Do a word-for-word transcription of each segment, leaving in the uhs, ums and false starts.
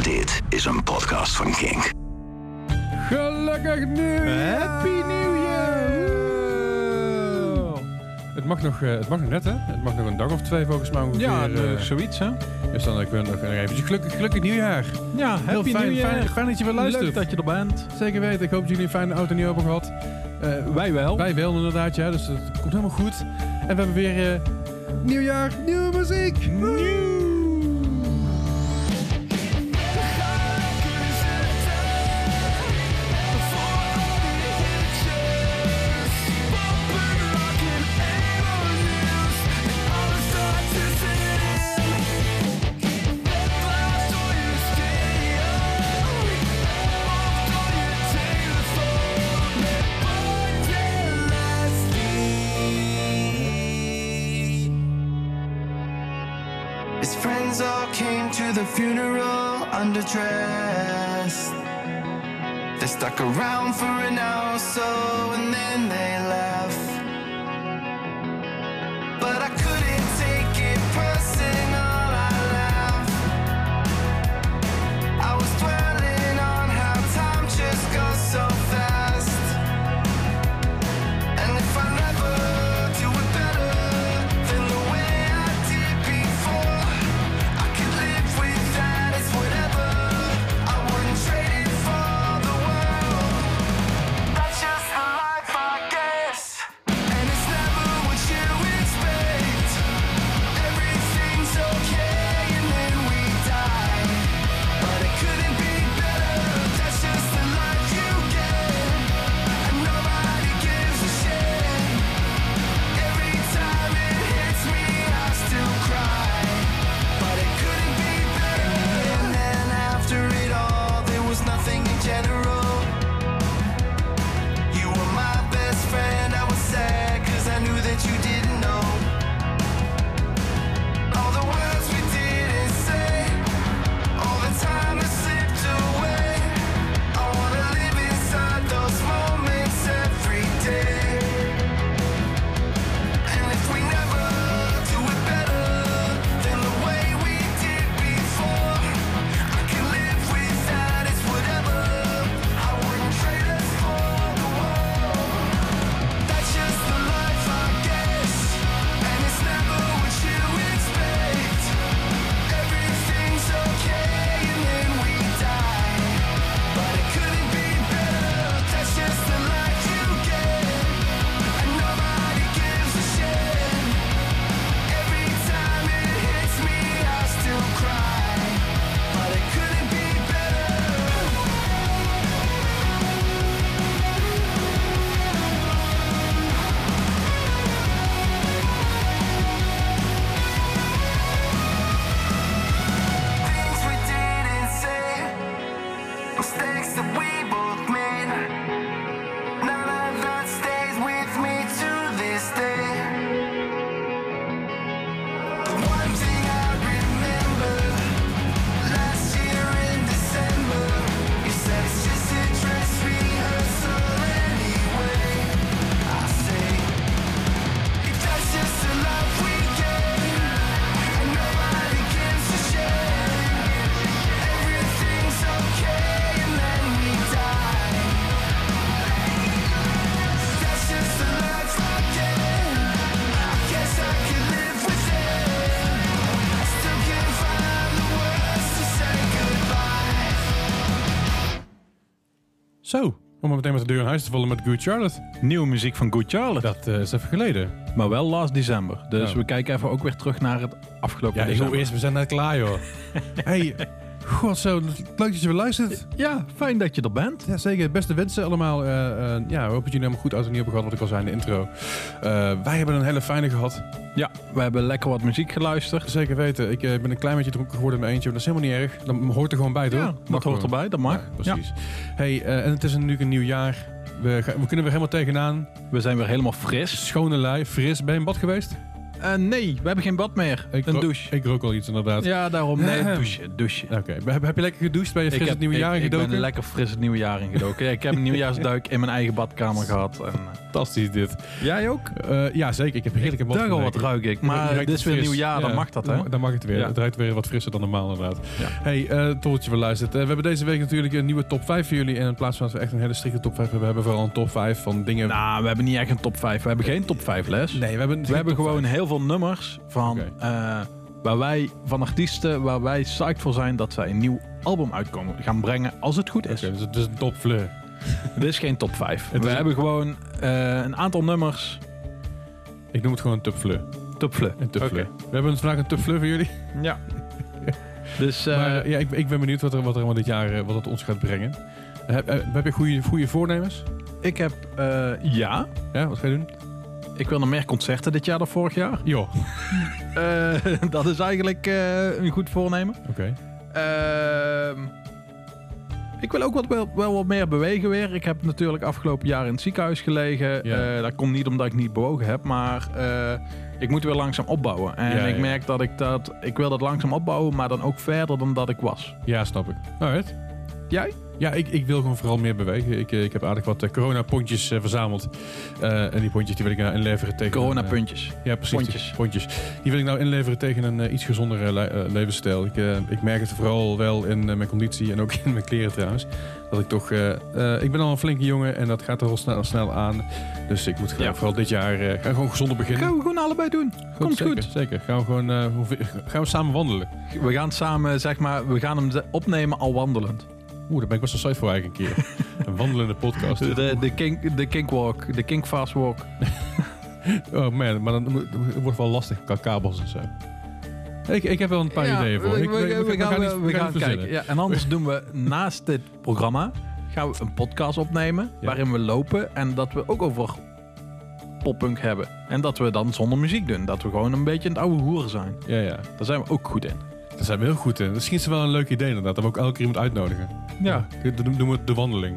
Dit is een podcast van Kink. Gelukkig nieuwjaar! Happy New Year! Het mag, nog, uh, het mag nog net, hè? Het mag nog een dag of twee volgens mij ongeveer. Ja, uh, uh, zoiets, hè? Dus dan kunnen we nog even gelukkig, gelukkig nieuwjaar. Ja, heel happy fijn, New Year. fijn, fijn dat je weer luistert. Leuk dat je er bent. Zeker weten. Ik hoop dat jullie een fijne auto niet hebben gehad. Uh, wij wel. Wij wel, inderdaad, ja. Dus het komt helemaal goed. En we hebben weer uh, nieuwjaar, nieuwe muziek. Nieuw! His friends all came to the funeral underdressed. They stuck around for an hour or so and then they left. But I couldn't take it personal, I laughed. I was dwelling on how time just goes so fast. And if I never do it better than the way I did before, I could live with that, it's whatever. I wouldn't trade it for the world. That's just the life, I guess. And it's never what you expect. Everything's okay and then we die. But it couldn't be better. That's just the life you get. And nobody gives a shit. Every time it hits me, I still cry. But it couldn't be better. And then after it all, there was nothing in general. You were my best friend, I was sad cause I knew that you didn't know. All the words we didn't say, all the time that slipped away. I wanna live inside those moments every day. And if we never do it better than the way we did before, I can live with that, it's whatever. I wouldn't trade us for the world. That's just the life, I guess. And it's never what you expect. Everything's okay and then we die. But it couldn't be better. That's just the life you get. And nobody gives a shit. Every time it hits me, I still cry. But it couldn't be better. Things we didn't say, mistakes that we both made. None of that stays with me to this day. The one thing I remember, last year in December, you said it's just a dress rehearsal anyway. I say, if that's just the life we get, and nobody gives a shit. Everything's okay and then we die. That's just the life I get. I guess I can live with it. I still can't find the words to say goodbye. Zo, om maar meteen met de deur in huis te vallen met Good Charlotte. Nieuwe muziek van Good Charlotte. Dat uh, is even geleden. Maar wel last december. Dus Ja. we kijken even ook weer terug naar het afgelopen Ja, ik december. wil eerst, we zijn net klaar, joh. Hey, god zo, leuk dat je weer luistert. Ja, fijn dat je er bent. Ja, zeker. Beste wensen allemaal. Uh, uh, ja, we hopen dat jullie helemaal goed uit en nieuw hebben gehad, wat ik al zei in de intro. Uh, wij hebben een hele fijne gehad. Ja, we hebben lekker wat muziek geluisterd. Zeker weten. Ik uh, ben een klein beetje dronken geworden in mijn eentje, maar dat is helemaal niet erg. Dat hoort er gewoon bij, toch? Ja, Mag dat hoort gewoon. erbij, dat mag. Ja, precies. Hey, uh, en het is natuurlijk een nieuw jaar. We, gaan, we kunnen weer helemaal tegenaan. We zijn weer helemaal fris. Schone lui, fris. Ben je in bad geweest? Uh, nee, we hebben geen bad meer. Ik een ro- douche. Ik rook al iets inderdaad. Ja, daarom. Nee, douche. douche. Oké, heb, heb je lekker gedoucht? Ben je fris Ik het nieuwe heb- jaar ik, ingedoken? Ik ben lekker fris het nieuwe jaar ingedoken. Ja, ik heb een nieuwjaarsduik in mijn eigen badkamer gehad. En, uh, Fantastisch dit. jij ook? Uh, ja, zeker. Ik heb heerlijke bad Daar al wat ruik ik. Maar Je ruikt dit is weer een fris. nieuw jaar, Ja, dan mag dat, hè? Dan, dan mag het weer. Ja. Het ruikt weer wat frisser dan normaal inderdaad. Ja. Hey, uh, tof dat je weer luistert. Uh, we hebben deze week natuurlijk een nieuwe top vijf voor jullie. En in plaats van dat we echt een hele strikte top vijf hebben, hebben we vooral een top vijf van dingen... Nou, we hebben niet echt een top vijf. We hebben geen top vijf, Les. nee, we hebben, We hebben gewoon heel veel nummers van, Oké. uh, waar wij, van artiesten waar wij psyched voor zijn dat zij een nieuw album uitkomen gaan brengen als het goed is. Oké, dus het is een top fleur. Dit is geen top vijf. Het We is- hebben gewoon uh, een aantal nummers. Ik noem het gewoon een top fleur. Top fleur. Een top Oké. fleur. We hebben vandaag een top fleur voor jullie. Ja. Dus uh, maar uh, ja, ik, ik ben benieuwd wat er, wat er allemaal dit jaar uh, wat het ons gaat brengen. Uh, heb, uh, heb je goede, goede voornemens? ik heb, uh, ja, Ja, wat ga je doen? ik wil nog meer concerten dit jaar dan vorig jaar. Jo. Uh, dat is eigenlijk uh, een goed voornemen. Oké. Ehm ik wil ook wat, wel, wel wat meer bewegen weer. Ik heb natuurlijk afgelopen jaar in het ziekenhuis gelegen. Ja. Uh, dat komt niet omdat ik niet bewogen heb, maar uh, ik moet weer langzaam opbouwen. En Ja, ik ja. merk dat ik dat, ik wil dat langzaam opbouwen, maar dan ook verder dan dat ik was. Ja, snap ik. Alright. Jij? Ja, ik, ik wil gewoon vooral meer bewegen. Ik, eh, ik heb aardig wat uh, corona-pontjes uh, verzameld. Uh, en die pontjes die wil ik nou inleveren tegen... Corona-puntjes. een, uh, ja, precies. Pontjes. Die, pontjes. Die wil ik nou inleveren tegen een uh, iets gezondere le- uh, levensstijl. Ik, uh, ik merk het vooral wel in uh, mijn conditie en ook in mijn kleren trouwens. Dat ik toch... Uh, uh, ik ben al een flinke jongen en dat gaat er al snel, snel aan. Dus ik moet Ja. vooral dit jaar uh, gaan gewoon gezonder beginnen. Gaan we gewoon allebei doen. Komt zeker, goed. Zeker. Gaan we gewoon uh, hoeveel- gaan we samen wandelen. We gaan samen, zeg maar, we gaan hem ze- opnemen al wandelend. Oeh, daar ben ik best wel safe voor eigenlijk een keer. Een wandelende podcast. De, de, kink, de Kinkwalk, de Kink Fast Walk. Oh man, maar dan moet- het wordt wel lastig qua kabels en zo. Ik, ik heb wel een paar Ja, ideeën voor. We, Ik- we, we, we gaan, niet- we gaan niet verzinnen. kijken. Ja, en anders doen we naast dit programma gaan we een podcast opnemen Ja. waarin we lopen en dat we ook over poppunk hebben. En dat we dan zonder muziek doen. Dat we gewoon een beetje een oude hoer zijn. Ja, ja. Daar zijn we ook goed in. Daar zijn we heel goed in. Misschien is het wel een leuk idee inderdaad. Dat we ook elke keer iemand uitnodigen. Ja. Dan doen we het de wandeling.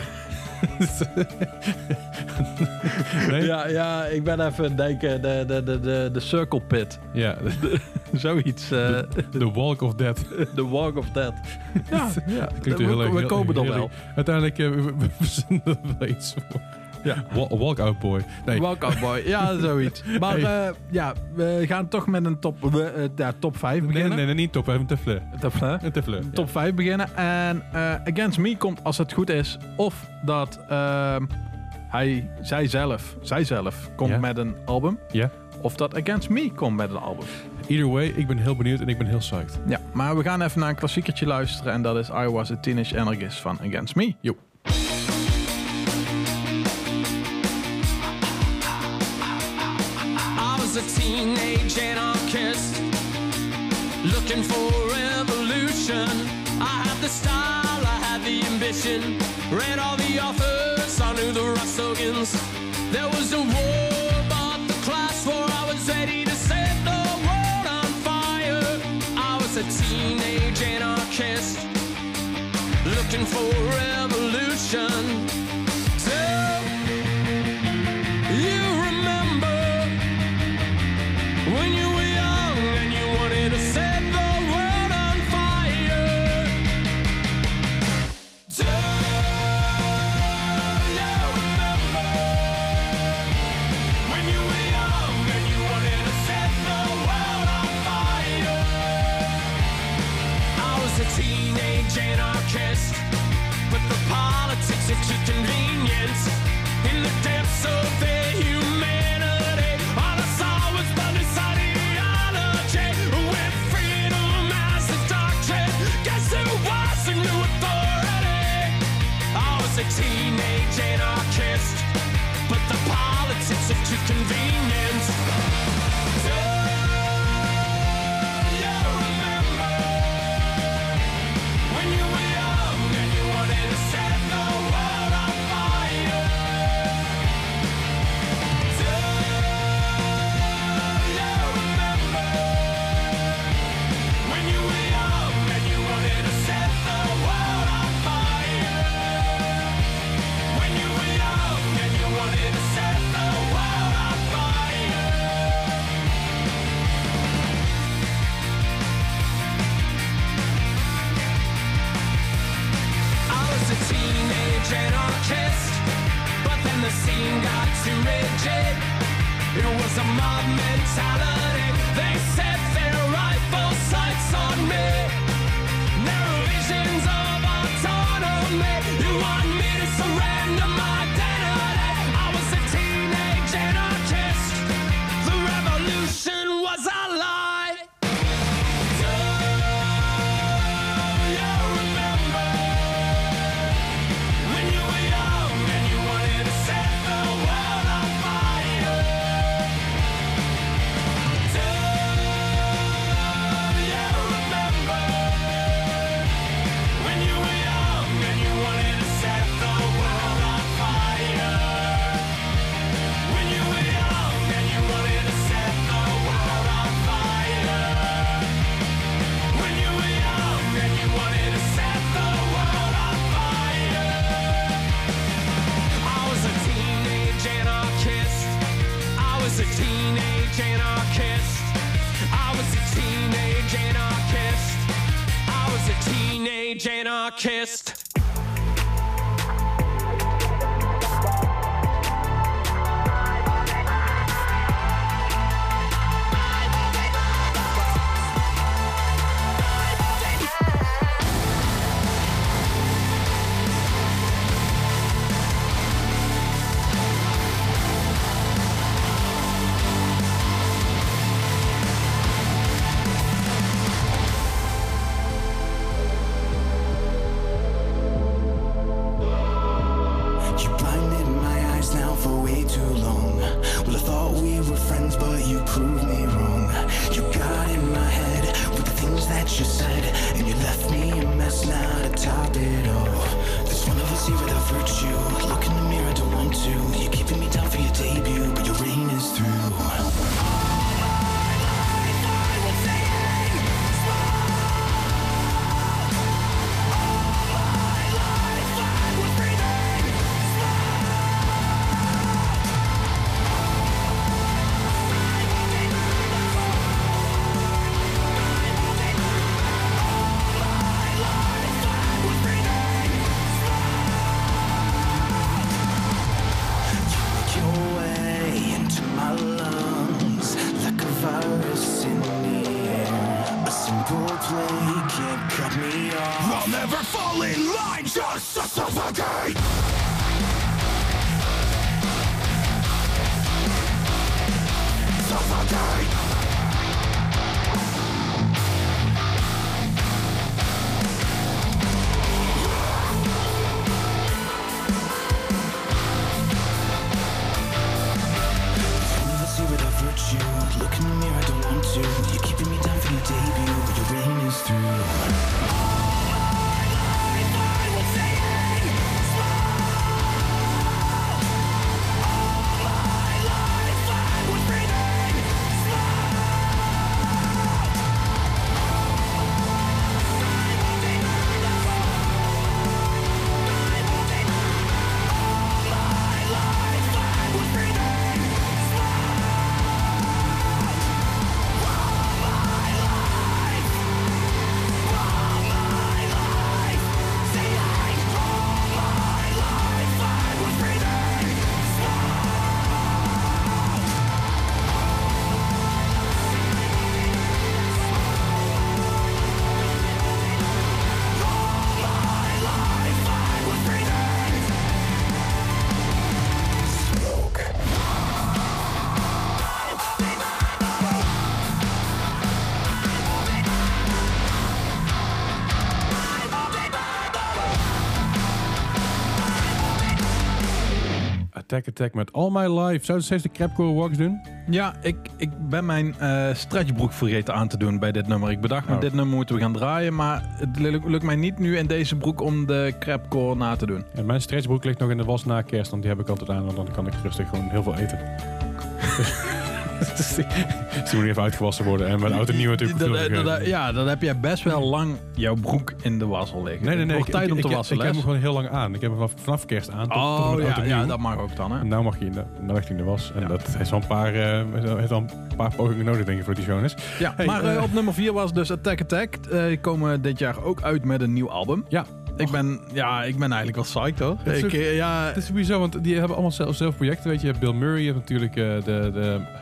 nee? Ja, ja, ik ben even denken, de, de, de, de, de Circle Pit. Ja. Zoiets. eh, De, de Walk of Death. De Walk of Death. Ja, ja. Klinkt we, heel erg- we heel- komen er heel- wel. Uiteindelijk uh, we, we we verzinnen er wel iets voor. Ja. Wa- Walkout boy. Nee. Walkout boy. Ja, zoiets. Maar Hey. eh, ja, we gaan toch met een top, we, eh, ja, top vijf Nee, beginnen. nee, nee, niet top. Even een tefle. Top, hè? Een tefle. top vijf beginnen. En eh, Against Me komt, als het goed is, of dat ehm, hij, zij zelf, zij zelf komt Ja. met een album. Ja. Of dat Against Me komt met een album. Either way, ik ben heel benieuwd en ik ben heel psyched. Ja, maar we gaan even naar een klassiekertje luisteren. En dat is I Was a Teenage Anarchist van Against Me. Jo. I was a teenage anarchist looking for revolution. I had the style, I had the ambition. Read all the authors, I knew the Rustogans. There was a war, but the class war. I was ready to set the world on fire. I was a teenage anarchist looking for revolution. So you remember when you were young and you wanted to set the world on fire? Do you remember when you were young and you wanted to set the world on fire? I was a teenage anarchist, but the politics are too convenient. In the depths of their humanity, all I saw was boundless ideology, with freedom as the doctrine. Guess who was the new authority? I was a teenage anarchist, but the politics are too convenient. Do you remember when you were young and you wanted to set the world on fire? Do you remember when you were young and you wanted to set the world on fire? When you were young and you wanted to set the world on fire. a mob mentality. They set their rifle sights on me. Narrow visions of autonomy. You want me to surrender my identity. I was a teenage anarchist. The revolution was a lie. Do you remember when you were young and you wanted to set the world on fire? Do you remember when you were young and you wanted to set the world on fire? When you were young and you wanted to set the world on fire. When you were young and you wanted to set the world on fire. I was a teenage anarchist. I was a teenage anarchist. I was a teenage anarchist. I was a teenage anarchist. You blinded my eyes now for way too long. Well, I thought we were friends, but you proved me wrong. You got in my head with the things that you said, and you left me a mess now to top it off. There's one of us here without virtue. Look in the mirror, don't want to. You're keeping me down for your debut, but your reign is through. Your way into my lungs, like a virus in the air. A simple play can't cut me off. I'll never fall in line just to suffocate. Suffocate. Let's see without virtue. Look in the mirror, I don't want to. You're keeping me down for your debut, but your reign is through. Attack Attack met All My Life. Zou je steeds de crapcore walks doen? Ja, ik, ik ben mijn eh, stretchbroek vergeten aan te doen bij dit nummer. Ik bedacht, met Oh. dit nummer moeten we gaan draaien, maar het lukt, lukt mij niet nu in deze broek om de crapcore na te doen. En mijn stretchbroek ligt nog in de was na kerst, want die heb ik altijd aan, want dan kan ik rustig gewoon heel veel eten. Dus die, dus die moet even uitgewassen worden. En mijn oud en nieuw natuurlijk. Dat- veel dat- gegeten. dat- ja, dan heb jij best wel lang jouw broek in de was al liggen. Nee, nee, nee. Het wordt Ik, tijd om ik, te ik, wassen, ik heb hem Les. gewoon heel lang aan. Ik heb hem vanaf, vanaf kerst aan. Tot, tot Oh met oud ja, en ja, nieuw. dat mag ook dan, hè? En nou mag je in de, nou ligt hij in de was. En Ja. dat heeft wel een paar, eh, heeft wel een paar pogingen nodig, denk ik, voor die Jonas. Ja, Hey, maar eh, eh, op nummer vier was dus Attack Attack. Eh, die komen dit jaar ook uit met een nieuw album. Ja. Ik ben, ja, ik ben eigenlijk wel psyched, hoor. Het is Ik, ook- eh, ja, Het is sowieso, want die hebben allemaal zelf, zelf projecten, weet je. Bill Murray heeft natuurlijk eh, de, de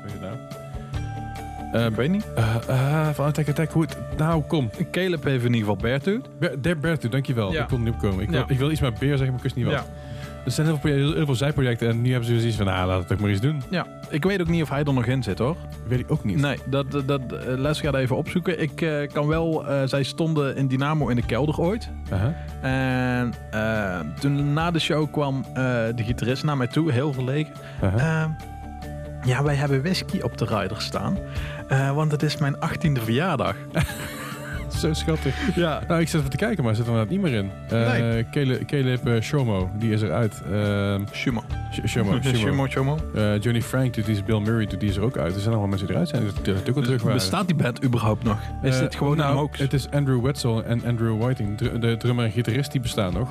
Weet je nou? Uh, Ik weet niet. Uh, uh, van Attack Attack, hoe het... Nou, kom. Caleb heeft in ieder geval Beartooth. Ber Bertu, dankjewel. Ja. Ik kon er niet opkomen. Ik, wil, Ja. ik wil iets met beer zeggen, maar ik wist niet wat. Ja. Er zijn heel veel, heel, heel veel zijprojecten en nu hebben ze zoiets van, nou, laat het toch maar eens doen. Ja, ik weet ook niet of hij er nog in zit, hoor. Weet ik ook niet. Nee, dat, dat, dat uh, Les gaat even opzoeken. Ik uh, kan wel... Uh, zij stonden in Dynamo in de kelder ooit. Uh-huh. En uh, toen na de show kwam uh, de gitarist naar mij toe, heel verlegen. Uh-huh. Uh, ja, wij hebben whisky op de rider staan. Uh, want het is mijn achttiende verjaardag. Zo schattig. Ja. Nou, ik zit even te kijken, maar er zit er inderdaad niet meer in. Uh, Nee. Caleb, Caleb uh, Shomo, die is eruit. Uh, Schumo. Sh- Shomo, Shomo. Schumo, Schumo. Uh, Johnny Frank, die is Bill Murray, die is er ook uit. Er zijn allemaal mensen die eruit zijn, die natuurlijk ook terug waren. Bestaat die band überhaupt nog? Is Uh, dit gewoon nou, een hoax? Het is Andrew Wetzel en Andrew Whiting, dr- de drummer en gitarist, die bestaan nog.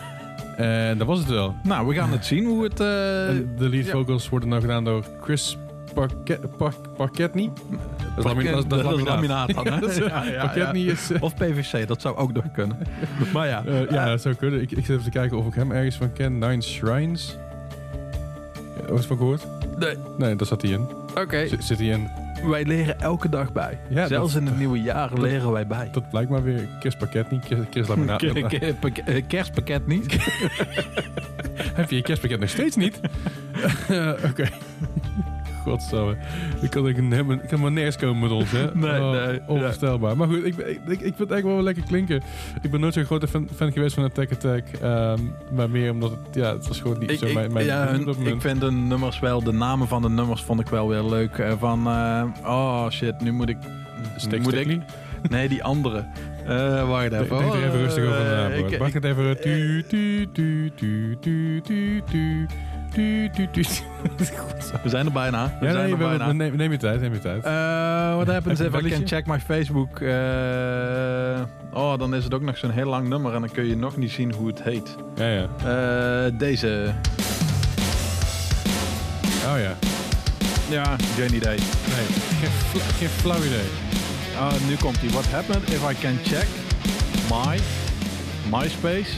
En dat was het wel. Nou, we gaan het zien hoe het... Uh, En de lead ja. vocals worden nou gedaan door Chris Parke- Par- Parketny. Dat is lami- dat is- dat is dat is laminaat. laminaat dan, hè? Ja, dat is- Ja, ja, Parketny ja. is... uh, Of P V C, dat zou ook nog kunnen. Maar ja. Uh, ja, dat zou kunnen. Ik, ik zit even te kijken of ik hem ergens van ken. Nine Shrines. Ja, ooit van gehoord? Nee. Nee, daar zat hij in. Oké. Z- zit hij in. Wij leren elke dag bij. Ja, Zelfs dat- in het nieuwe jaar leren wij bij. Dat blijkt maar weer. Chris Parketny. Chris, Chris Laminaat. Ke- ke- pak- eh, Kerstpakket niet. Heb je je kerstpakket nog steeds niet? Uh, Oké. Godsamme. Ik kan, ik, helemaal, ik kan maar nergens komen met ons, hè? Nee, Oh, nee. Onvoorstelbaar. Maar goed, ik, ik, ik, ik vind het eigenlijk wel lekker klinken. Ik ben nooit zo'n grote fan, fan geweest van Attack Attack. Um, maar meer omdat het, ja, het was gewoon niet Ik, zo ik, mijn, mijn ja, op hun- dat moment. ik vind de nummers wel, de namen van de nummers vond ik wel weer leuk. Eh, van, eh, oh shit, nu moet ik... Steak moet Stickly? ik Nee, die andere. Uh, wacht even. Denk er even rustig over na, Eh, bro. ik- Wacht het even. Tu, tu, tu, tu, tu, tu, tu. Tu, tu, tu. Goed zo. We zijn er bijna. We Ja, zijn nee, er we- bijna. we- neem, neem je tijd, neem je tijd. Uh, what happens Heb if je I een can belletje? check my Facebook? Uh, oh, dan is het ook nog zo'n heel lang nummer en dan kun je nog niet zien hoe het heet. ja, ja. Uh, deze. Oh ja. Ja, geen idee. Nee, geen, fla- geen flauw idee. Uh, nu komt ie. What happened if I can check my MySpace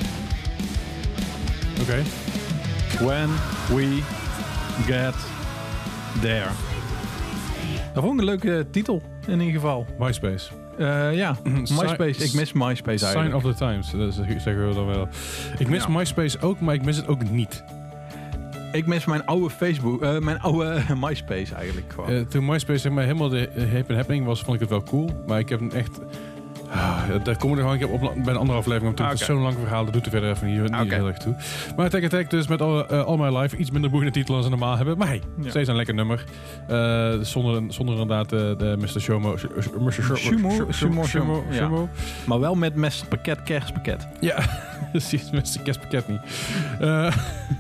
Oké. when we get there? Dat vond ik een leuke titel in ieder geval. MySpace. Uh, ja, MySpace. Ik mis MySpace Sign eigenlijk. of the times, dat zeg- zeggen we dan wel. Ik mis Ja. MySpace ook, maar ik mis het ook niet. Ik mis mijn oude Facebook, uh, mijn oude MySpace eigenlijk gewoon. Uh, toen MySpace zeg maar helemaal de uh, hip en happening was, vond ik het wel cool. Maar ik heb hem echt... Ah, ja, daar komen we nog een keer op bij een andere aflevering. Want Ah, het is oké. zo'n lang verhaal, dat doet er verder even niet, niet Oké. heel erg toe. Maar Attack Attack dus met All, uh, All My Life. Iets minder boeiende titel dan ze normaal hebben. Maar hey, Ja. steeds een lekker nummer. Uh, zonder, zonder inderdaad uh, de mister Shomo... Sh- sh- mister Sh- Shumo, Sh- Sh- Shumo, Shumo, ja. Shumo. Maar wel met messenpakket, kerstpakket. Ja, precies. mister Kerstpakket niet. Uh,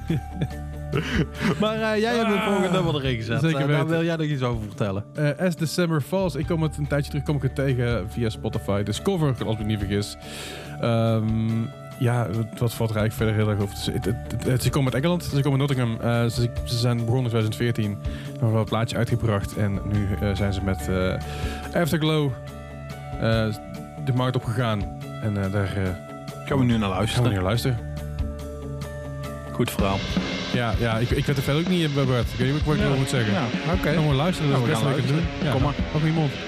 Maar uh, jij hebt het volgende nummer erin gezet. Zeker Uh, daar weten. wil jij nog iets over vertellen. Uh, As December Falls. Ik kom het een tijdje terug kom ik het tegen via Spotify. Dus cover, als ik me niet vergis. Um, ja, wat valt er eigenlijk verder heel erg over? Ze, het, het, het, ze komen uit Engeland, ze komen uit Nottingham. Uh, ze, ze zijn begonnen in twintig veertien. Hebben wel een plaatje uitgebracht. En nu uh, zijn ze met uh, Afterglow uh, de markt op gegaan. En uh, daar uh, Gaan we nu naar gaan we luisteren. nu naar luisteren. Goed verhaal. Ja, ja ik, ik weet het verder ook niet, uh, Bart. Ik weet niet wat ik Ja. wil moet zeggen. Ja, oké. Gaan we luisteren, dat Nou, is we het beste gaan wat ik kan doen. Ja, Kom maar. Op je mond.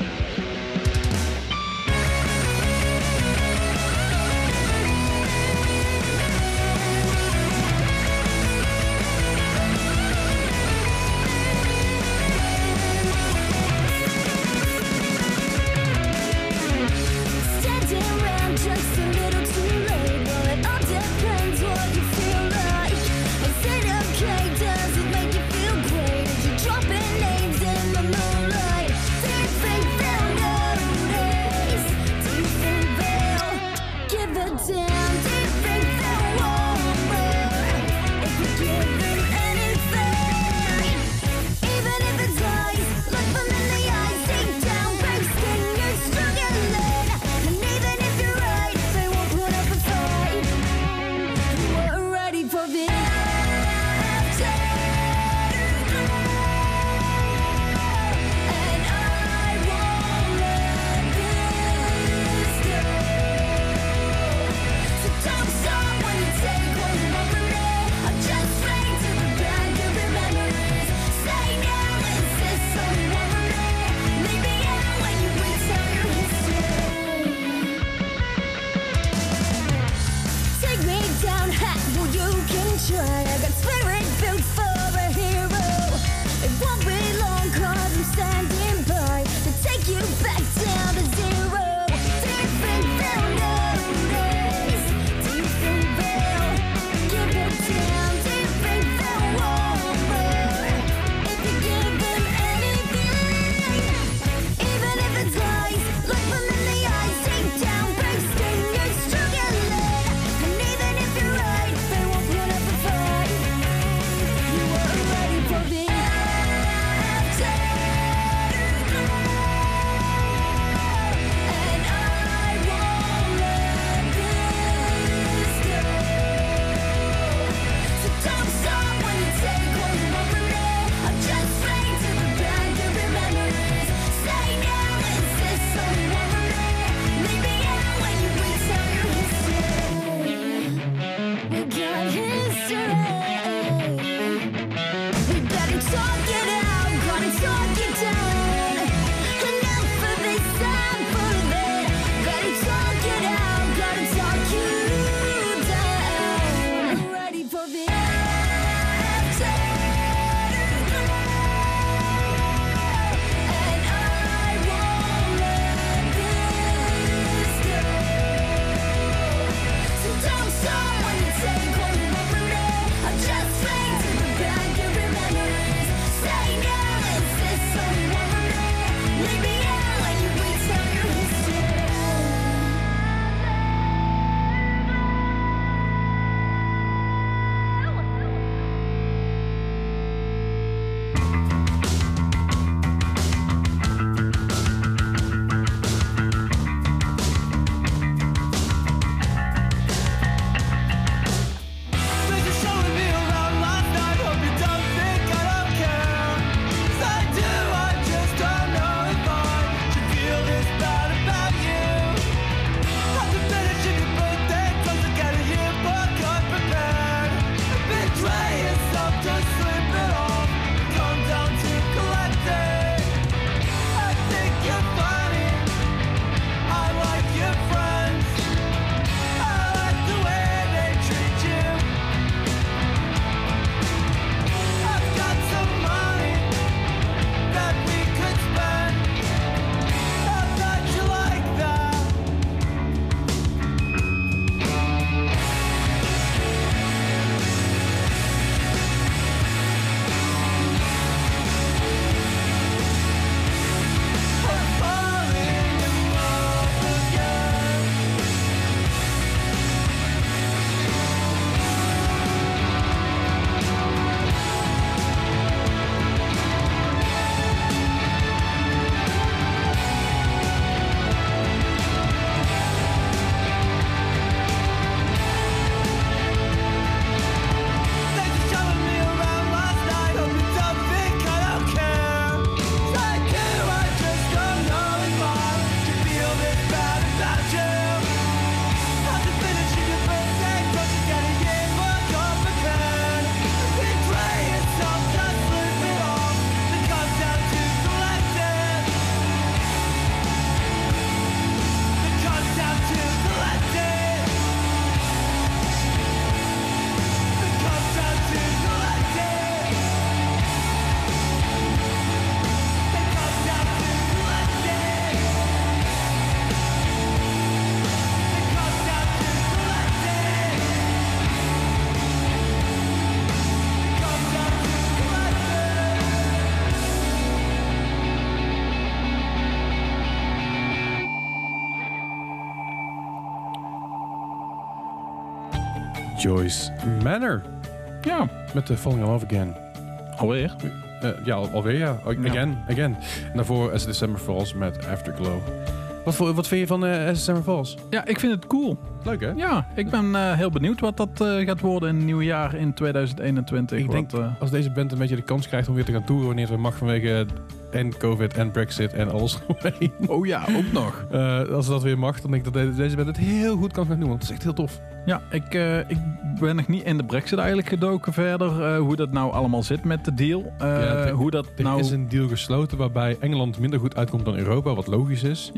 Standing around just a little too late. Well, it all depends what you feel like. Is it okay? Does it make you feel great? Is you dropping names in the moonlight? Things try. I got spirit built for a hero. It won't be long, cause I'm standing by to take you back down to zero. Deep in boundaries, deep in veil, give it down, deep in the water. If you give them anything, even if it's lies, look them in the eyes, take down, break, sting, you're struggling. And even if you're right, they won't put up a fight. You are ready for the after. And I won't let this go. So don't stop when you take hold over me. I'll just fade to the back of your memories. Say now, insist on over me. Leave me out when you retell your history. We got history. We better talk it out, gotta talk it down. Enough of this, I'm full of it. Better talk it out, gotta talk you down. Ready for the after. And I won't let this go. So don't stop when you take hold over me. I'll just fade to the back of your memories. Say now, insist on over me. Leave me out when you retell your history. Thanks for showing me around last night. Hope you don't think I don't care. 'Cause I do, I just don't know if I should feel this bad about you. Have to finish your birthday, close to get a yearbook unprepared. And betray yourself, just slip it off. Come down to collect it. I think you're funny. I like your friends. I like the way they treat you. I've got some money that we could spend. I thought you like that. I'm falling in love again. Thanks for showing me around last night. Hope you don't think I don't care. 'Cause I do, I just don't know if I should feel this bad about you. Have to finish your birthday, close to get a yearbook unprepared. Betray yourself, just slip it off. Then come down to collect it. Then come down to collect it. Then come down to collect it. Then come down to collect it. Then come down to collect it. Come down to Joyce Manor Ja, met de Falling in Love Again. alweer. Eh, ja, al- alweer ja. Again, again. En daarvoor As December Falls met Afterglow. Wat, voor, wat vind je van eh As December Falls? Ja, ik vind het cool. Leuk hè? Ja, ik ben eh, heel benieuwd wat dat eh, gaat worden in het nieuwe jaar in tweeduizend eenentwintig. Ik Wat, denk, eh, als deze band een beetje de kans krijgt om weer te gaan toeren wanneer het mag vanwege en COVID en Brexit en alles omheen. oh ja, ook nog. Eh, als dat weer mag, dan denk ik dat de- deze band het heel goed kan gaan doen. Want het is echt heel tof. Ja, ik, eh, ik ben nog niet in de Brexit eigenlijk gedoken verder. eh, hoe dat nou allemaal zit met de deal. Eh, Ja, het- hoe dat Er nou... is een deal gesloten waarbij Engeland minder goed uitkomt dan Europa, wat logisch is. Ja.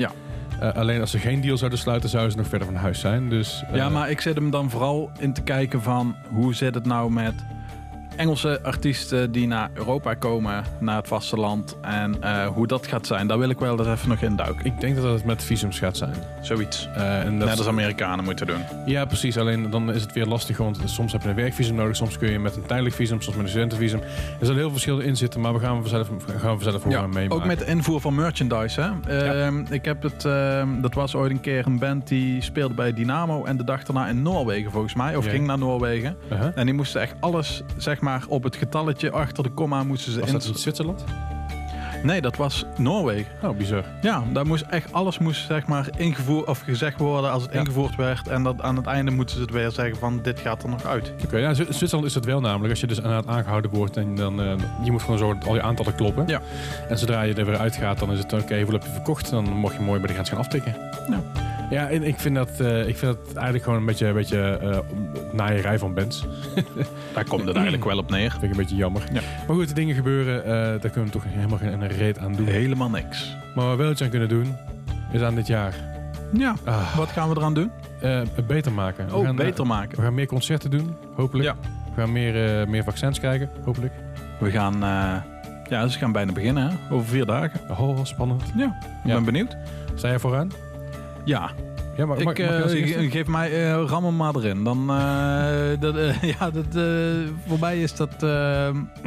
Uh, alleen als ze geen deal zouden sluiten, zouden ze nog verder van huis zijn. Dus, uh, Ja, maar ik zit hem dan vooral in te kijken van hoe zit het nou met Engelse artiesten die naar Europa komen, naar het vasteland. En uh, hoe dat gaat zijn, daar wil ik wel er even nog in duiken. Ik denk dat het met visums gaat zijn. Zoiets. Uh, en dat Net als Amerikanen moeten doen. Ja, precies. Alleen dan is het weer lastig, want soms heb je een werkvisum nodig, soms kun je met een tijdelijk visum, soms met een studentenvisum. Er zullen heel veel verschillen in zitten, maar we gaan vanzelf, gaan we vanzelf Ja, meemaken. ook met de invoer van merchandise. Hè? Uh, Ja. Ik heb het, uh, dat was ooit een keer een band die speelde bij Dynamo en de dag daarna in Noorwegen volgens mij, of Ja. ging naar Noorwegen. Uh-huh. En die moesten echt alles, zeg maar, op het getalletje achter de komma moesten ze Was in. dat in Zwitserland? Nee, dat was Noorwegen. Oh, bizar. Ja, daar moest echt alles moest zeg maar ingevoerd of gezegd worden als het Ja. ingevoerd werd. En dat aan het einde moeten ze het weer zeggen van dit gaat er nog uit. Oké, ja, in Zwi- Zwitserland is het wel namelijk. Als je dus aan het aangehouden wordt en dan uh, je moet gewoon zo al je aantallen kloppen. Ja. En zodra je er weer uitgaat, dan is het oké, hoeveel heb je verkocht? Dan mocht je mooi bij de grens gaan aftikken. Ja. Ja, en ik vind dat, uh, ik vind dat eigenlijk gewoon een beetje, een beetje uh, naaierij van bands. Daar komt het eigenlijk wel op neer. Vind ik een beetje jammer. Ja. Maar goed, de dingen gebeuren, uh, daar kunnen we toch helemaal geen reet aan doen. Helemaal niks. Maar waar we wel iets aan kunnen doen, is aan dit jaar. Ja, Ah, wat gaan we eraan doen? uh, het beter maken. We Oh, gaan, uh, beter maken. We gaan meer concerten doen, hopelijk. Ja. We gaan meer, uh, meer vaccins krijgen, hopelijk. We gaan, uh, ja, ze gaan bijna beginnen hè? Over vier dagen. Oh, spannend. Ja, ik Ja. ben benieuwd. Sta jij vooraan? Ja, Ja, maar ik, mag, mag je uh, als eerste? ge- geef mij uh, ram hem maar erin. Dan, uh, dat, uh, ja, dat, uh, voor mij is dat, uh,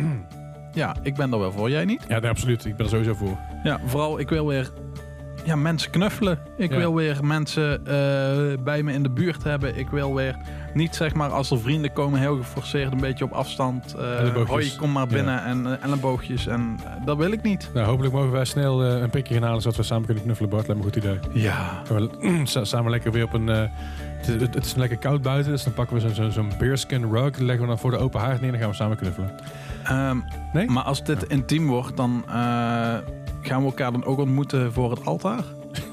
ja, ik ben er wel voor. Jij niet? Ja, nee, absoluut. Ik ben er sowieso voor. Ja, vooral ik wil weer ja, mensen knuffelen. Ik Ja. wil weer mensen uh, bij me in de buurt hebben. Ik wil weer niet zeg maar als er vrienden komen heel geforceerd een beetje op afstand. Uh, Elleboogjes. hoi, kom maar binnen Ja. en uh, elleboogjes. En uh, dat wil ik niet. Nou, hopelijk mogen wij snel uh, een prikje gaan halen zodat we samen kunnen knuffelen, Bart. Lijkt me een goed idee. Ja. Gaan we sa- samen lekker weer op een... Uh, het, het, het is lekker koud buiten, dus dan pakken we zo'n zo, zo'n bearskin rug. Die leggen we dan voor de open haard neer en dan gaan we samen knuffelen. Um, Nee? Maar als dit intiem wordt, dan uh, gaan we elkaar dan ook ontmoeten voor het altaar.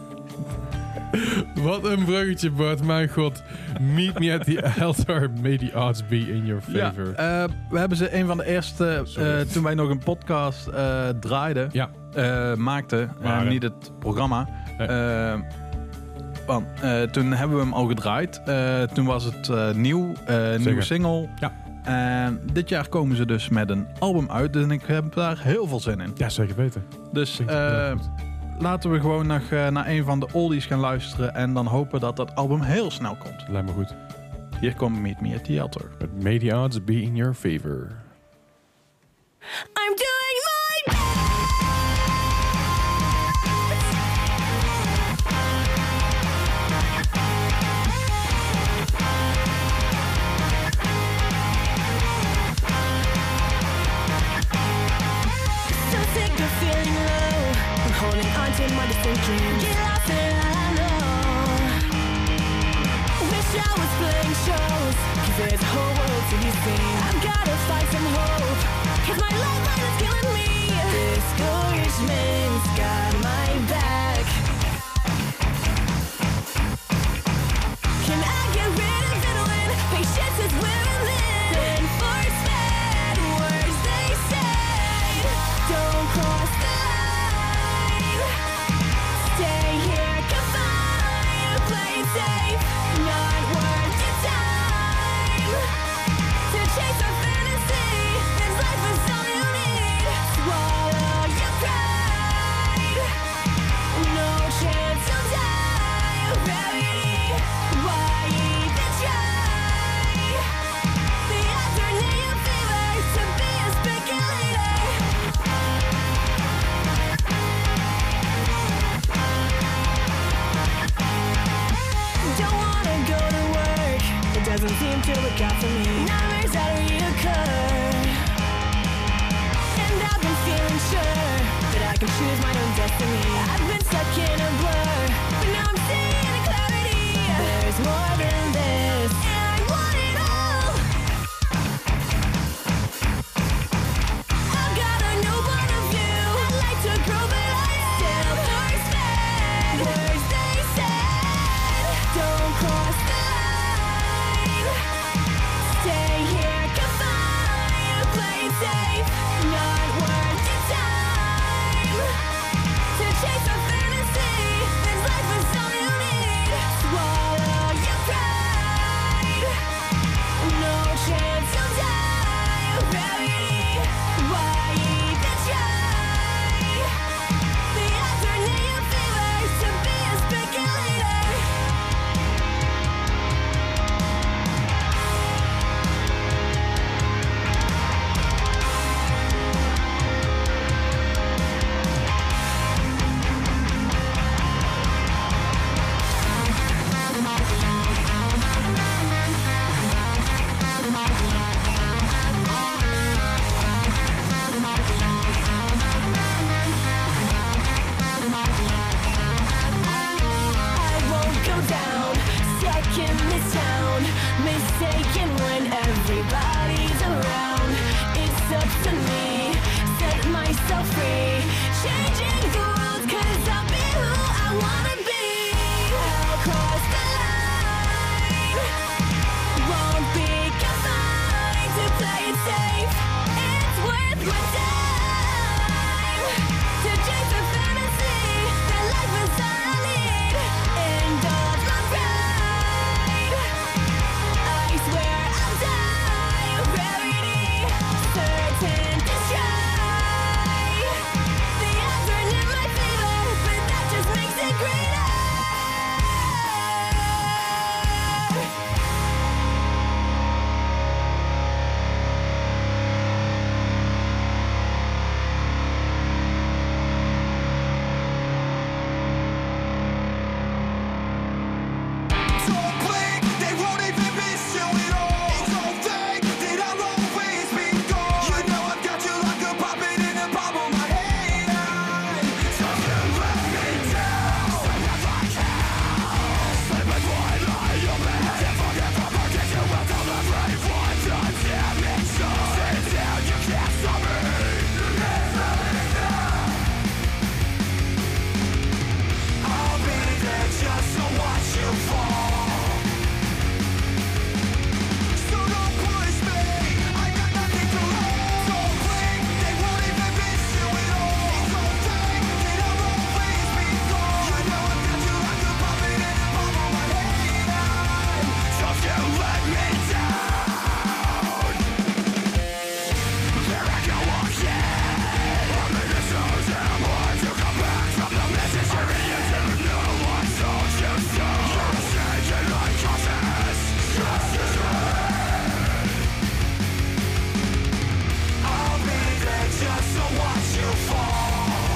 Wat een bruggetje, Bart. Mijn god. Meet me at the altar. May the odds be in your favor. Ja, uh, we hebben ze een van de eerste, Sorry. uh, toen wij nog een podcast uh, draaiden, Ja. uh, maakten, uh, Waren. niet het programma. Nee. Uh, want, uh, toen hebben we hem al gedraaid. Uh, toen was het uh, nieuw, uh, nieuwe single. Ja. En dit jaar komen ze dus met een album uit. En ik heb daar heel veel zin in. Ja, zeker weten. Dus Klinkt heel uh, goed. laten we gewoon nog uh, naar een van de oldies gaan luisteren. En dan hopen dat dat album heel snel komt. Lijkt me goed. Hier komt Meet Me at the Altar. But may the odds be in your favor. I'm doing my so sick of feeling low. I'm holding on to my distant dreams. Get lost in all I know. Wish I was playing shows, 'cause there's a whole world to be seen. I've gotta find some hope, 'cause my lifeline is killing me. Discouragement's got my back. Can I get rid of it when patience is where I live? Then force fed words they say. Don't cross the line. Stay here, confined, play it safe. Not worth your time to chase a fantasy. This life is all you need. Swallow your pride. No chance you'll die. Gravity, why even try? The odds are in your favor to be a speculator. Don't wanna go to work. It doesn't seem to look out for me. Nightmares that reoccur. And I've been feeling sure that I can choose my own destiny. I've been stuck in a blur, but now I'm seeing a clarity. There's more than this, and I want it all. I've got a new point of view. I'd like to grow, but I still force fed words they said. Don't cross the line. Stay here, confined, play it safe. Not worth your time to chase a fantasy. This life is mistaken when everybody's around. It's up to me, set myself free, changing the rules 'cause I'll be who I wanna be. I'll cross the line, won't be confined to play it safe. It's worth my time to chase a fantasy that life is all I need. End of my ride, I swear I'll die of rarity, certain to try. The odds aren't in my favor, but that just makes it greater. Don't blink, they won't even miss you at all. Don't think that I'll always be gone. You know I've got you like a puppet in the palm of my hand. So you let me down. Sleep like hell. Sleep with one eye open. If I never forget you will tell the brave one to damn it. So sit down, you can't stop me. You can't stop me now. I'll be there just to watch you fall. So don't push me, I got nothing to lose. Don't blink, they won't even miss you at all. Don't think that I'll always be gone. You know I've got you like a puppet in the palm of my hand. Just you let me down. There I go again. I'm in the zone, I'm hard to come back from the misery. You don't know what told you so. You're a stranger like us. Just as I'll be there just to watch you fall.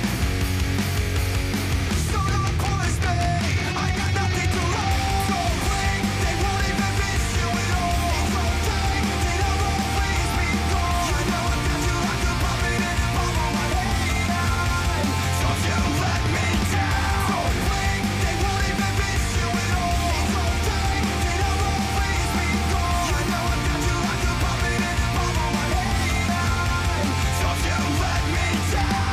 So don't push me, I got nothing to lose. Don't blink, they won't even miss you at all. Don't think that I'll always be gone. You know I've got you like a puppet in the palm of my hand. Don't you let me down. Don't blink, they won't even miss you at all. Don't think that I'll always be gone. You know I've got you like a puppet in the palm of my hand. Don't you let me down.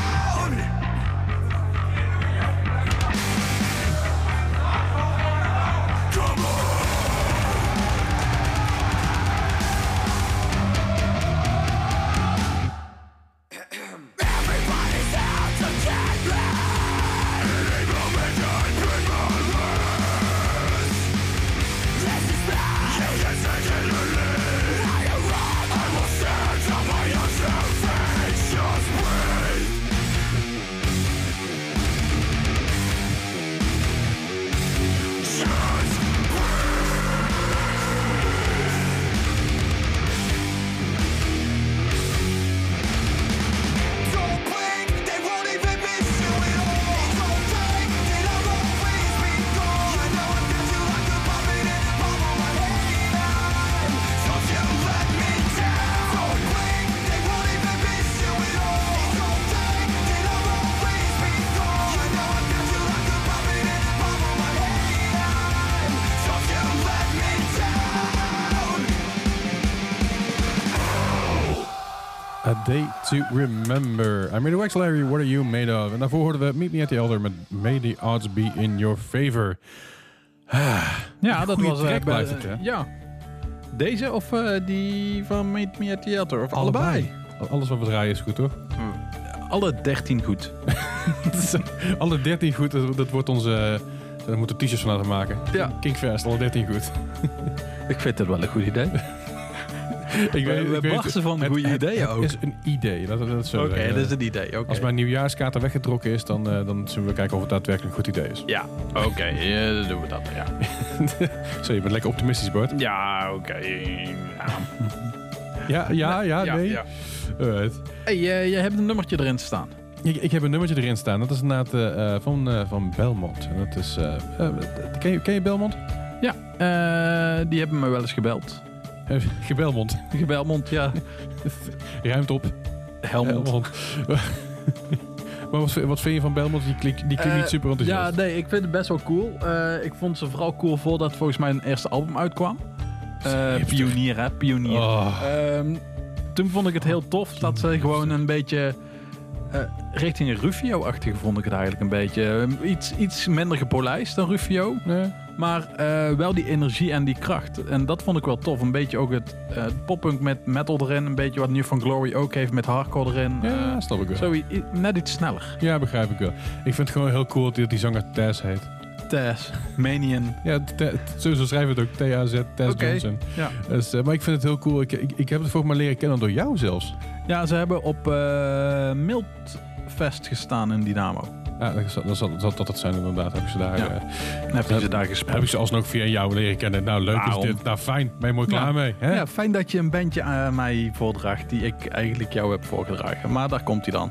Come on. Everybody's out to get me. Any moment I put my words. This is bad. You can take it or leave. I am wrong. I will stand on my own two feet. Just breathe. Just Don't blink, they won't even miss you at all. Don't think that I'll always be gone. You know I've got you like a puppet in the palm of my hand. Don't you let me down. Don't blink, they won't even miss you at all. Don't think that I'll always be gone. You know I've got you like a puppet in the palm of my hand. Don't you let me down. A Day to Remember. I'm Radio Wax Larry, what are you made of? En daarvoor hoorden we Meet Me at the Elder met May the Odds Be in Your Favor. Ja, dat Goeie was... eh, track bij- blijft het, hè? Ja. Deze of eh, die van Meet Me at the Altar? Of allebei? Alles wat we draaien is goed, hoor. Alle dertien goed. Alle dertien goed, dat, dat wordt onze... Daar moeten we t-shirts van laten maken. Ja. Kinkfest, alle dertien goed. Ik vind het wel een goed idee. Ik We- we barsten van het- goede het- ideeën ook. Het is een idee. Dat, dat is zo, Oké, eh, dat is een idee. Oké. Als mijn nieuwjaarskaart er weggetrokken is, dan, uh, dan zullen we kijken of het daadwerkelijk een goed idee is. Ja, oké. ja, dan doen we dat. Ja, Zo, je bent lekker optimistisch, Bart. ja oké. Ja. Ja, ja, ja, Ja, nee. ja. Alright. Hey, uh, je hebt een nummertje erin staan. Ik, ik heb een nummertje erin staan. Dat is inderdaad uh, van, uh, van Belmont. En dat is, uh, uh, ken, je, ken je Belmont? Ja, uh, die hebben me wel eens gebeld. Uh, Gebelmond. Gebelmond, ja. Ruimt op. Helmond. Belmont. Maar wat, wat vind je van Belmont? Die klinkt, die klinkt Uh, niet super enthousiast. Ja, nee, ik vind het best wel cool. Uh, ik vond ze vooral cool voordat volgens mij een eerste album uitkwam. Uh, pionier, hè? Pionier. Oh. Um, toen vond ik het heel tof dat ze gewoon een beetje... Uh, richting een Rufio-achtige vond ik het eigenlijk een beetje. Uh, iets, iets minder gepolijst dan Rufio. Nee. Maar uh, wel die energie en die kracht. En dat vond ik wel tof. Een beetje ook het uh, poppunk met metal erin. Een beetje wat New From Glory ook heeft met hardcore erin. Ja, uh, snap ik wel. Zo, i- net iets sneller. Ja, begrijp ik wel. Ik vind het gewoon heel cool dat die zanger Taz heet. Taz, Manian. Ja, t- t- sowieso schrijven we het ook. T A Z, Taz Oké. Johnson. Ja. Dus, uh, maar ik vind het heel cool. Ik, ik, ik heb het volgens mij leren kennen door jou zelfs. ja, ze hebben op uh, Miltfest gestaan in Dynamo. Ja, dat zal, dat zal, dat zal dat het zijn inderdaad. Heb ik ze daar, Ja. uh, Dan heb je ze daar heb gespeeld. ik ze alsnog via jou leren kennen. Nou, leuk Waarom? is dit. Nou, fijn. Ben je mooi klaar Ja. mee. Hè? Ja, fijn dat je een bandje aan mij voordraagt die ik eigenlijk jou heb voorgedragen. Maar daar komt hij dan.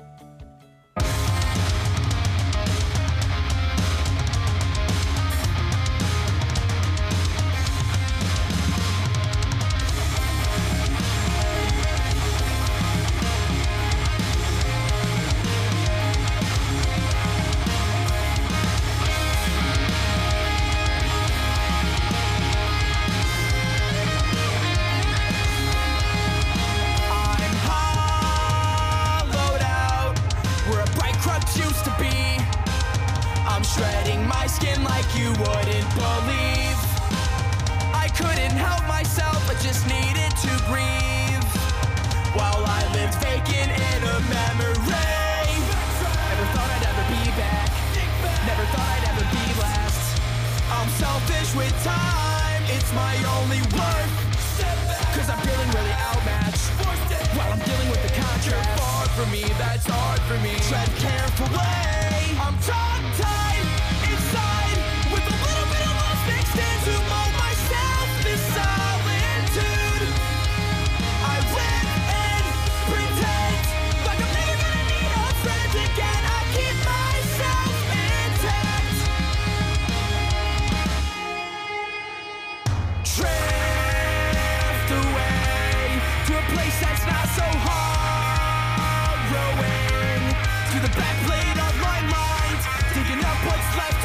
I'm hollowed out where a bright crux used to be. I'm shredding my skin like you wouldn't believe. I couldn't help myself, I just needed to breathe. While I lived vacant in a memory. Never thought I'd ever be back. Never thought I'd ever be last. I'm selfish with time, it's my only worth. Cause I'm feeling really outmatched while I'm dealing with the contrast. Far from me, that's hard for me. Tread carefully. I'm tongue-tied inside with a little bit of love mixed in to mold myself this solitude. I live and pretend like I'm never gonna need a friend again. I keep myself intact. Drift away to a place that's not so harrowing. To the back plate of my mind, digging up what's left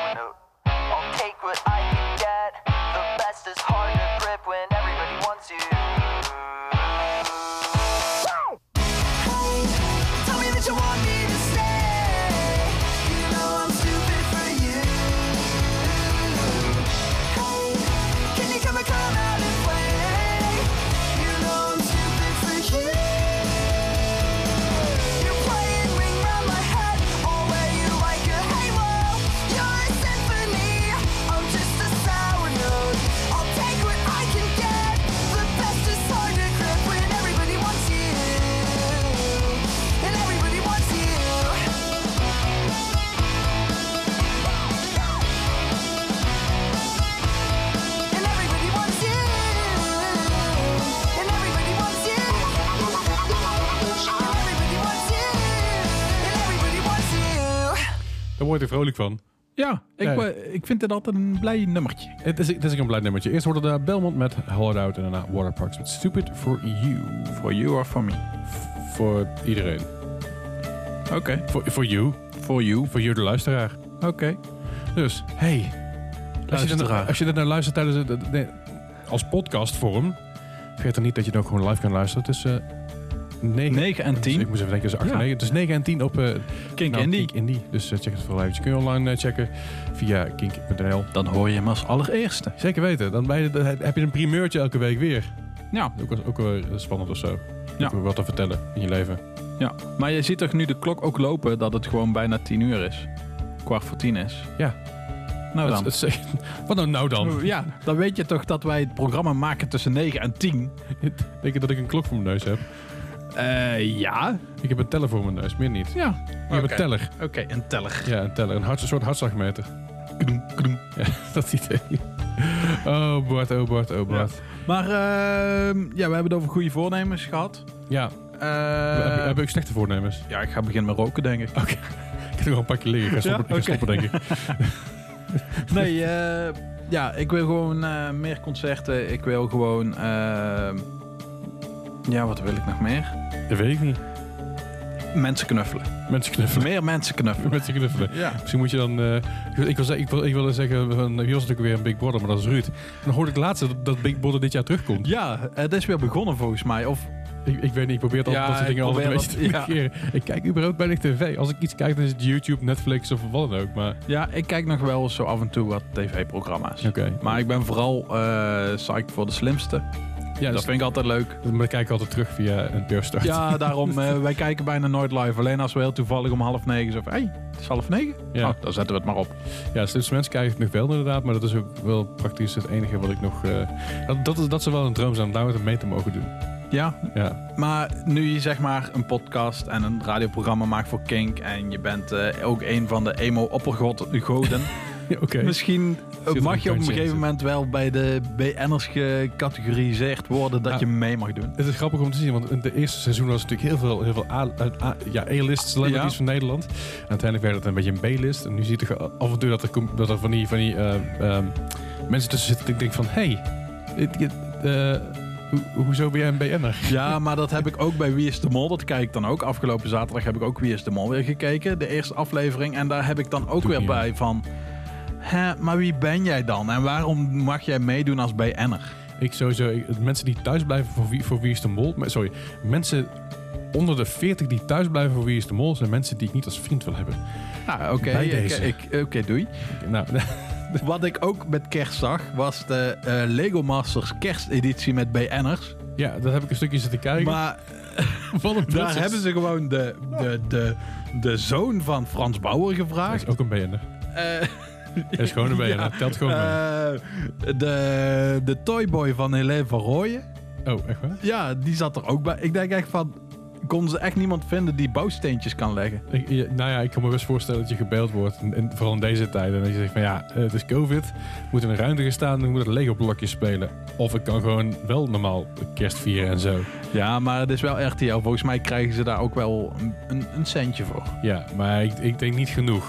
note. I'll take what I can get. The best is hard to grip when everybody wants you. Hey, tell me that you want me to stay. You know I'm stupid for you. Hey, can you come and come out and play? You know I'm stupid for you. You're playing ring round my head, all where you like a halo. You're a symphony, I'm just a sour note. I'll take what I can get. The best is hard to grip when everybody wants you. And everybody wants you. And everybody wants you. And everybody wants you. And everybody wants you. And everybody wants you. Daar word ik vrolijk van. Ja, ik, Ja. eh, ik vind dit altijd een blij nummertje. Het is, het is ook een blij nummertje. Eerst wordt het uh, Belmont met Hollowed Out en daarna Waterparks met Stupid For You. For you or for me? Voor iedereen. Oké. Voor voor you. For you. Voor you de luisteraar. Oké. Dus, hey. Als je, er, Luisteraar. als je er naar luistert tijdens het, het- nee, als podcastvorm, vergeet dan niet dat je het ook gewoon live kan luisteren. Het is uh, negen, negen en tien. Ik moest even denken, het is acht en Ja. negen. Het is negen en tien op uh, Kink nou, Indie. Kink Indie. Dus uh, check het vooral even. Kun je online uh, checken via kink punt n l. Dan hoor je hem als allereerste. Zeker weten. Dan ben je, dan heb je een primeurtje elke week weer. Ja. Ook, wel- ook wel spannend of zo. Ja. Ook wel wat te vertellen in je leven. Ja. Maar je ziet toch nu de klok ook lopen dat het gewoon bijna tien uur is. Kwart voor tien is. Ja. Nou dan. Het- het- wat nou, nou dan? Ja, dan weet je toch dat wij het programma maken tussen negen en tien. Denk je dat ik een klok voor mijn neus heb? Eh ja. Ik heb een teller voor mijn neus, meer niet. Ja. Ik heb een teller. Oké, een teller. Ja, een teller. Een, hart, een soort hartslagmeter. Ja, dat idee. Oh Bart, oh Bart, oh Bart. Maar ehm, ja, we hebben het over goede voornemens gehad. Ja, Eh, heb, je, heb ik slechte voornemens? Ja, ik ga beginnen met roken, denk ik. Oké. Ik heb nog een pakje liggen. Ik ga stoppen, Ja? ik ga stoppen denk ik. Nee, eh, ja, ik wil gewoon eh, meer concerten. Ik wil gewoon... eh, ja, wat wil ik nog meer? Dat weet ik niet. Mensen knuffelen. Mensen knuffelen. Meer mensen knuffelen. Mensen knuffelen. Ja. Misschien moet je dan... eh, ik, wil, zeggen- ik, wil, ik wil zeggen, van, wie was natuurlijk weer een Big Brother, maar dat is Ruud. En dan hoorde ik laatst dat, dat Big Brother dit jaar terugkomt. Ja, het is weer begonnen volgens mij. Of Ik, ik weet niet, ik probeer het altijd Ja, dat soort ik dingen altijd een probeer beetje te dat- negeren. Ik kijk überhaupt bijna tv. Als ik iets kijk, dan is het YouTube, Netflix of wat dan ook. Maar ja, ik kijk nog wel eens zo af en toe wat tv-programma's. oké. Maar ik ben vooral eh psyched voor de slimste. Ja, dat dus, vind ik altijd leuk. maar dan kijk ik altijd terug via een P R Start. Ja, daarom, eh, wij kijken bijna nooit live. Alleen als we heel toevallig om half negen zo van, hey, het is half negen? Ja. Oh, dan zetten we het maar op. Ja, slimste mensen kijk ik nog wel inderdaad, maar dat is ook wel praktisch het enige wat ik nog... eh, dat, dat, is, dat zou wel een droom zijn om daar wat mee te mogen doen. Ja, Ja, maar nu je zeg maar een podcast en een radioprogramma maakt voor Kink en je bent eh, ook een van de emo-oppergoden, ja oké. misschien Zit er mag een je op een kantje in, gegeven zit. moment wel bij de B N'ers gecategoriseerd worden dat Ja. je mee mag doen. Het is grappig om te zien, want in het eerste seizoen was natuurlijk heel veel, heel veel A, A- ja, A-list celebrities Ja. van Nederland. En uiteindelijk werd het een beetje een B-list. En nu zie je toch af en toe dat er, kom- dat er van die, van die eh, ehm, mensen tussen zitten. En ik denk van, hé, hey, ho- hoezo ben jij een B N'er? Ja, maar dat heb ik ook bij Wie is de Mol. Dat kijk ik dan ook. Afgelopen zaterdag heb ik ook Wie is de Mol weer gekeken. De eerste aflevering. En daar heb ik dan ook Doe weer niet bij van... Hè, maar wie ben jij dan? En waarom mag jij meedoen als B N'er? Ik sowieso, ik- mensen die thuis blijven voor wie, voor wie is de Mol. maar- Sorry, mensen onder de veertig die thuis blijven voor Wie is de Mol zijn mensen die ik niet als vriend wil hebben. Nou, oké. Bij ik- deze. ik- Oké, doei. Nou, Wat ik ook met kerst zag, was de eh, Lego Masters kersteditie met B N'ers. ja, daar heb ik een stukje zitten kijken. Maar van een daar hebben ze gewoon de, de, de, de zoon van Frans Bauer Hij gevraagd. is ook een B N'er. Eh, Hij is gewoon een B N'er. Ja. Hij telt gewoon mee. Eh, de, de toyboy van Helene van Rooyen. Oh, echt waar? Ja, die zat er ook bij. Ik denk echt van... Konden ze echt niemand vinden die bouwsteentjes kan leggen? Ik, ja, nou ja, ik kan me best voorstellen dat je gebeld wordt. En, en vooral in deze tijden. En dat je zegt van ja, eh, het is COVID. Ik moet in een ruimte gaan staan en ik moet het Lego blokjes spelen. Of ik kan gewoon wel normaal kerst vieren en zo. Ja, maar het is wel R T L. Volgens mij krijgen ze daar ook wel een, een, een centje voor. Ja, maar ik, ik denk niet genoeg.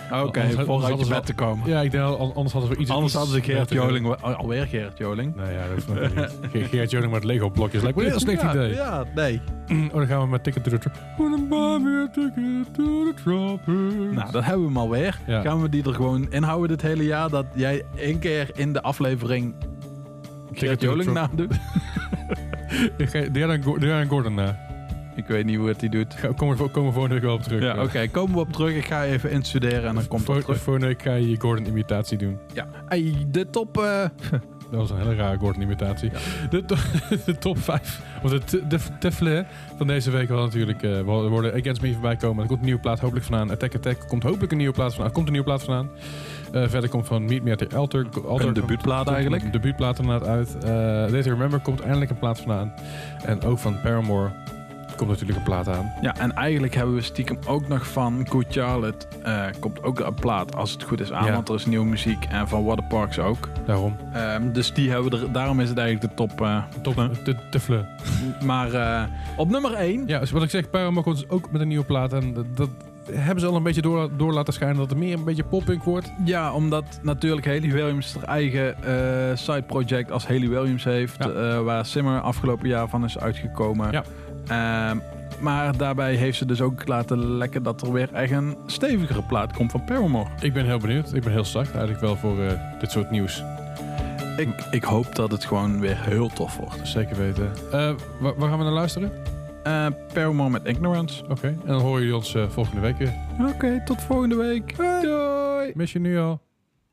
Oké, okay, Anders- voor uit anders je hadden bed te komen. Ja, ik denk al- anders hadden we iets... Anders iets hadden ze Gerard beter- Joling... al- Alweer Gerard Joling. Nee, ja, dat vond ik niet. Ge- Gerard Joling met Lego blokjes. Lijkt me een heel slecht ja, idee. Ja, nee. Oh, dan gaan we met Ticket to the Tro- Wanna buy me a ticket to the tropics. Nou, dan hebben we hem alweer. Ja. Gaan we die er gewoon inhouden dit hele jaar? Dat jij één keer in de aflevering Gerard to the Joling Tro- naam doet? Ik ga- Diana Go- Diana Gordon na. Ik weet niet hoe het die doet. Ga- Komen we komen we volgende week wel op terug. Ja, oké. Komen we op terug. Ik ga even instuderen en dan komt het Voor- terug. Volgende week ga je je Gordon-imitatie doen. Ja. Hey, de top... eh, Dat was een hele rare Gordon-imitatie. De, to- de top vijf, of de, t- de tefle van deze week wel natuurlijk. Uh, we worden Against Me voorbij komen. Er komt een nieuwe plaat hopelijk vandaan. Attack Attack komt hopelijk een nieuwe plaat vandaan. Komt een nieuwe plaat vandaan. Uh, verder komt van Meet Me at the Altar. Altar Een debuutplaat komt eigenlijk. Een debuutplaat inderdaad uit. Uh, Day to Remember komt eindelijk een plaat vandaan. En ook van Paramore komt natuurlijk een plaat aan. Ja, en eigenlijk hebben we stiekem ook nog van Good Charlotte. eh, komt ook een plaat, als het goed is, aan. Ja. Want er is nieuwe muziek. En van Waterparks ook. Daarom. Ehm, dus die hebben we er... Daarom is het eigenlijk de top... eh, Top, de tefle. maar eh, op nummer één... Ja, dus wat ik zeg, Paramore komt dus ook met een nieuwe plaat. En dat, dat hebben ze al een beetje door, door laten schijnen dat het meer een beetje poppunk wordt. Ja, omdat natuurlijk Haley Williams haar eigen eh side project als Haley Williams heeft. Ja. eh, waar Simmer afgelopen jaar van is uitgekomen. Ja. Ehm, maar daarbij heeft ze dus ook laten lekken dat er weer echt een stevigere plaat komt van Paramore. Ik ben heel benieuwd. Ik ben heel zacht eigenlijk wel voor uh, dit soort nieuws. Ik, ik hoop dat het gewoon weer heel tof wordt. Zeker weten. Uh, waar, waar gaan we naar luisteren? Uh, Paramore met Ignorance. Oké, okay. En dan horen jullie ons uh, volgende week weer. Oké, okay, tot volgende week. Doei! Doei. Mis je nu al?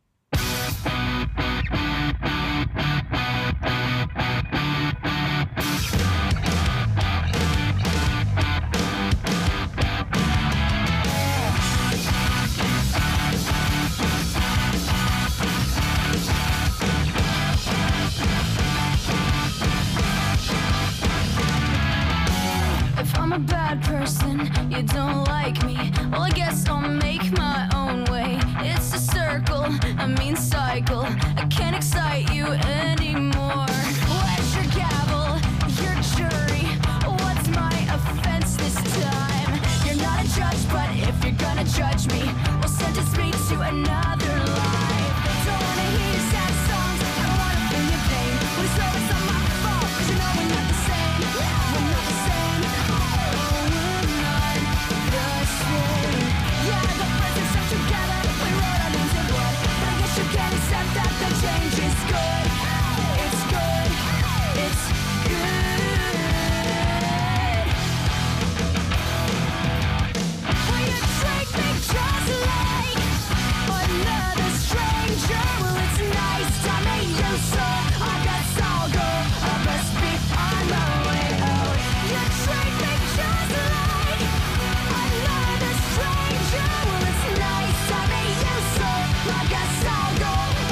I'm a bad person, you don't like me. Well, I guess I'll make my own way. It's a circle, a mean cycle. I can't excite you anymore. Where's your gavel, your jury? What's my offense this time? You're not a judge, but if you're gonna judge me, well, sentence me to another life. Don't wanna hear your sad songs, I don't wanna feel your pain. When it's over, it's not my fault, 'cause you know we're not the same. We're not the same. Accept that the change is good. It's good. It's good. Will you treat me just like another stranger? Well, it's nice to meet you, so I guess I'll go. I must be on my way out. You treat me just like another stranger. Well, it's nice to meet you, so I guess I'll go.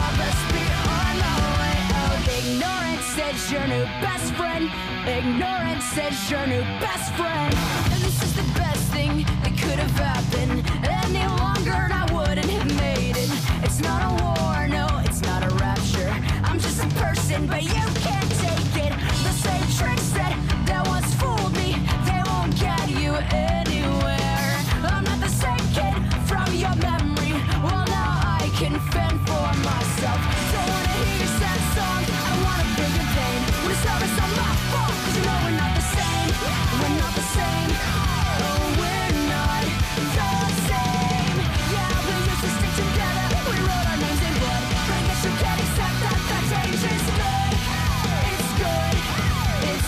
Ignorance is your new best friend. Ignorance is your new best friend. And this is the best thing that could have happened. Any longer and I wouldn't have made it. It's not a war, no, it's not a rapture. I'm just a person, but you can't take it. The same tricks that, that once fooled me, they won't get you anywhere. I'm not the same kid from your memory. Well, now I can fend for myself. Don't wanna hear your sad song. I don't wanna feel your pain. When it's over, it's not my fault. 'Cause you know we're not the same. We're not the same. Oh, we're not the same. Yeah, we used to stick together. We wrote our names in blood. But I guess you can't accept that that change is good. It's good. It's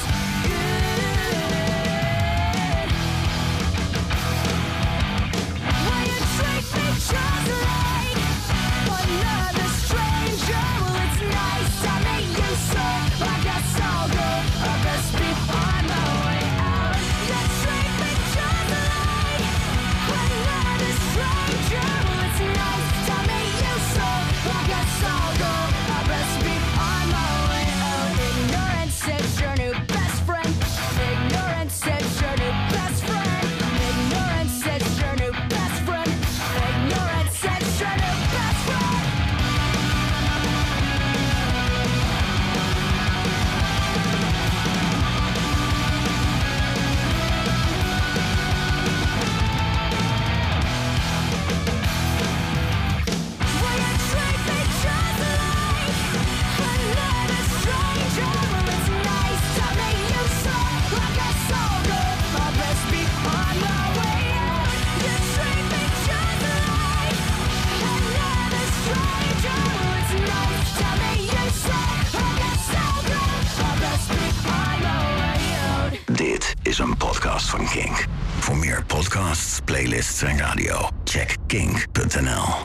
good. Will you treat me just like another stranger? podcast van Kink. Voor meer podcasts, playlists en radio, check kink punt n l.